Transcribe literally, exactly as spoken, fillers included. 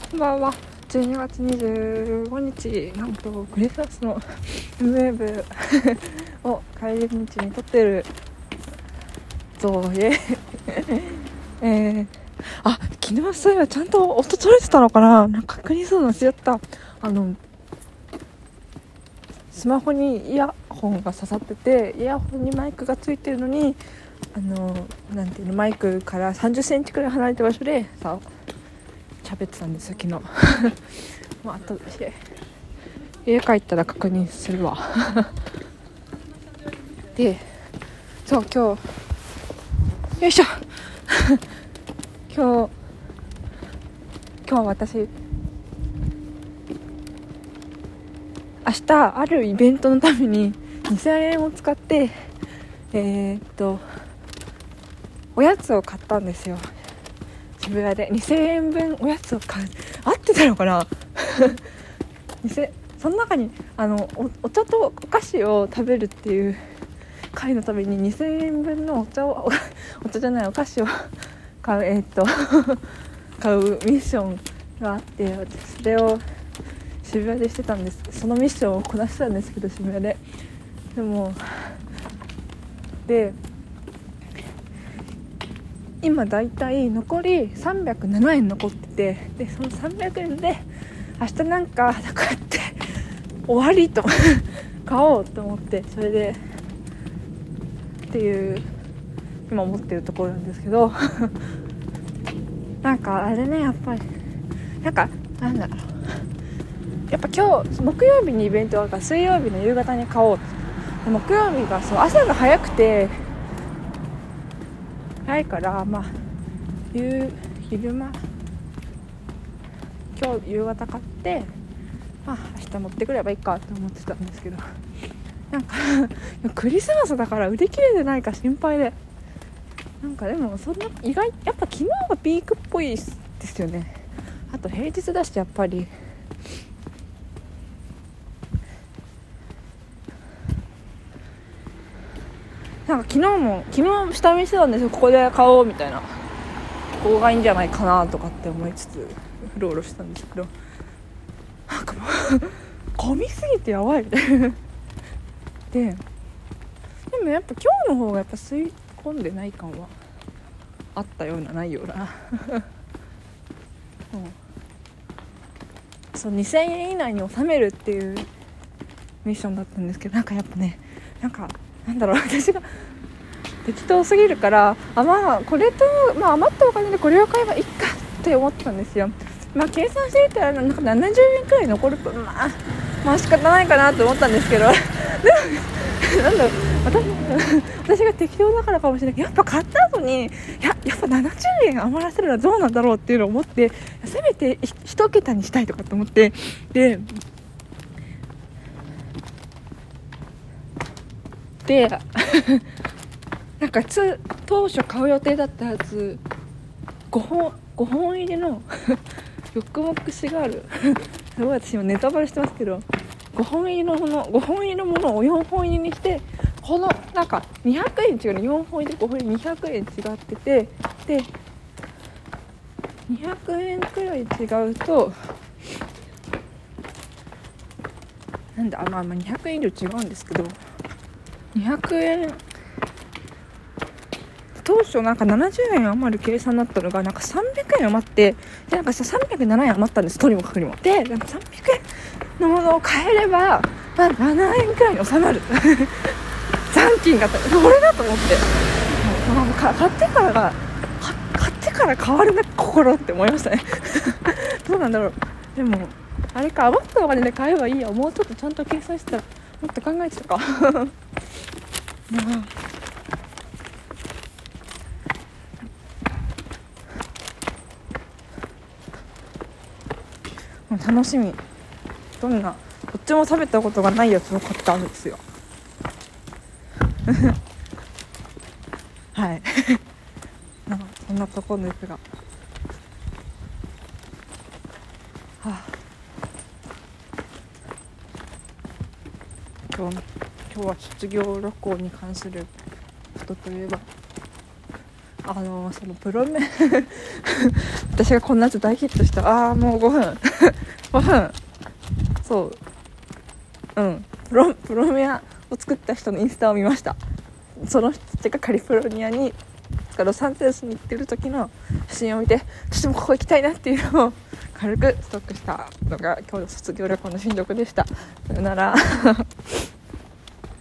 こんばんは。じゅうにがつにじゅうごにち、なんとクリスマスのウェーブを帰り道に撮ってるぞーイえー、あ、昨日そういえばちゃんと音取れてたのかな、なんか確認するの忘れた。あのスマホにイヤホンが刺さってて、イヤホンにマイクがついてるのに、あのなんていうの、マイクからさんじゅっセンチくらい離れた場所でさ喋ってたんですよ昨日まあ、あと家帰ったら確認するわで、そう今日よいしょ今日今日は私明日あるイベントのためににせんえんを使ってえー、っとおやつを買ったんですよ。渋谷でにせんえんぶんおやつを買う、合ってたのかなその中にあの お, お茶とお菓子を食べるっていう会のためににせんえんぶんのお茶をお茶じゃないお菓子を買うえー、っと買うミッションがあって、私それを渋谷でしてたんです。そのミッションをこなしてたんですけど、渋谷ででもで今だいたい残りさんびゃくななえん残ってて、でそのさんびゃくえんで明日なんかこうやって終わりと買おうと思って、それでっていう今思ってるところなんですけどなんかあれね、やっぱりなんかなんだろう、やっぱ今日木曜日にイベントがあるから水曜日の夕方に買おう。で木曜日がそう朝が早くて早いから、まあ夕昼間今日夕方買って、まあ明日持ってくればいいかと思ってたんですけど、なんかクリスマスだから売り切れてないか心配で、なんかでもそんな意外、やっぱ昨日がピークっぽいですよね。あと平日だし、やっぱりなんか昨日も昨日下見してたんですよ。ここで買おうみたいな、ここがいいんじゃないかなとかって思いつつうろうろしたんですけど、なんかもう混みすぎてやばいみたいなで、でもやっぱ今日の方がやっぱ吸い込んでない感はあったようなないようなうん、そうにせんえん以内に収めるっていうミッションだったんですけど、なんかやっぱね、なんかなんだろう、私が適当すぎるから、あまあこれと、まあ、余ったお金でこれを買えばいいかって思ったんですよ。まあ計算してみたらなんかななじゅうえんくらい残ると、まあまあ仕方ないかなと思ったんですけどでもなんだろう、私, 私が適当だからかもしれないけど、やっぱ買った後にややっぱななじゅうえん余らせるのはどうなんだろうっていうのを思って、せめて一桁にしたいとかと思って、ででなんかつ当初買う予定だったやつごほんごほん入りのヨックモックシガールすごい私今ネタバレしてますけど、ごほん入りのものごほん入りのものをよんほん入りにして、このなんかにひゃくえん違うの、よんほん入りごほん入りにひゃくえん違ってて、でにひゃくえんくらい違うとなんだ、あまあまあにひゃくえん以上違うんですけど、にひゃくえん当初なんかななじゅうえん余る計算だったのがなんかさんびゃくえん余って、でなんかささんびゃくななえん余ったんです。とにもかくにもで、なんかさんびゃくえんのものを買えれば、まあ、ななえんくらいに収まる残金がこれだと思って、もうか買ってからが買ってから変わるな心って思いましたねどうなんだろう。でもあれか、余ったお金で買えばいいや、もうちょっとちゃんと計算してたらもっと考えてたか楽しみ。どんなどっちも食べたことがないやつを買ったんですよはいなんかそんなところですが、はあ、今日今日は卒業旅行に関することといえばあのそのプロメ私がこんなやつ大ヒットしたあーもうごふんごふんそううんプロプロメアを作った人のインスタを見ました。その人たちがカリフォルニアにロサンゼルスに行ってる時の写真を見て私もここ行きたいなっていうのを軽くストックしたのが今日の卒業旅行の進捗でした。さよなら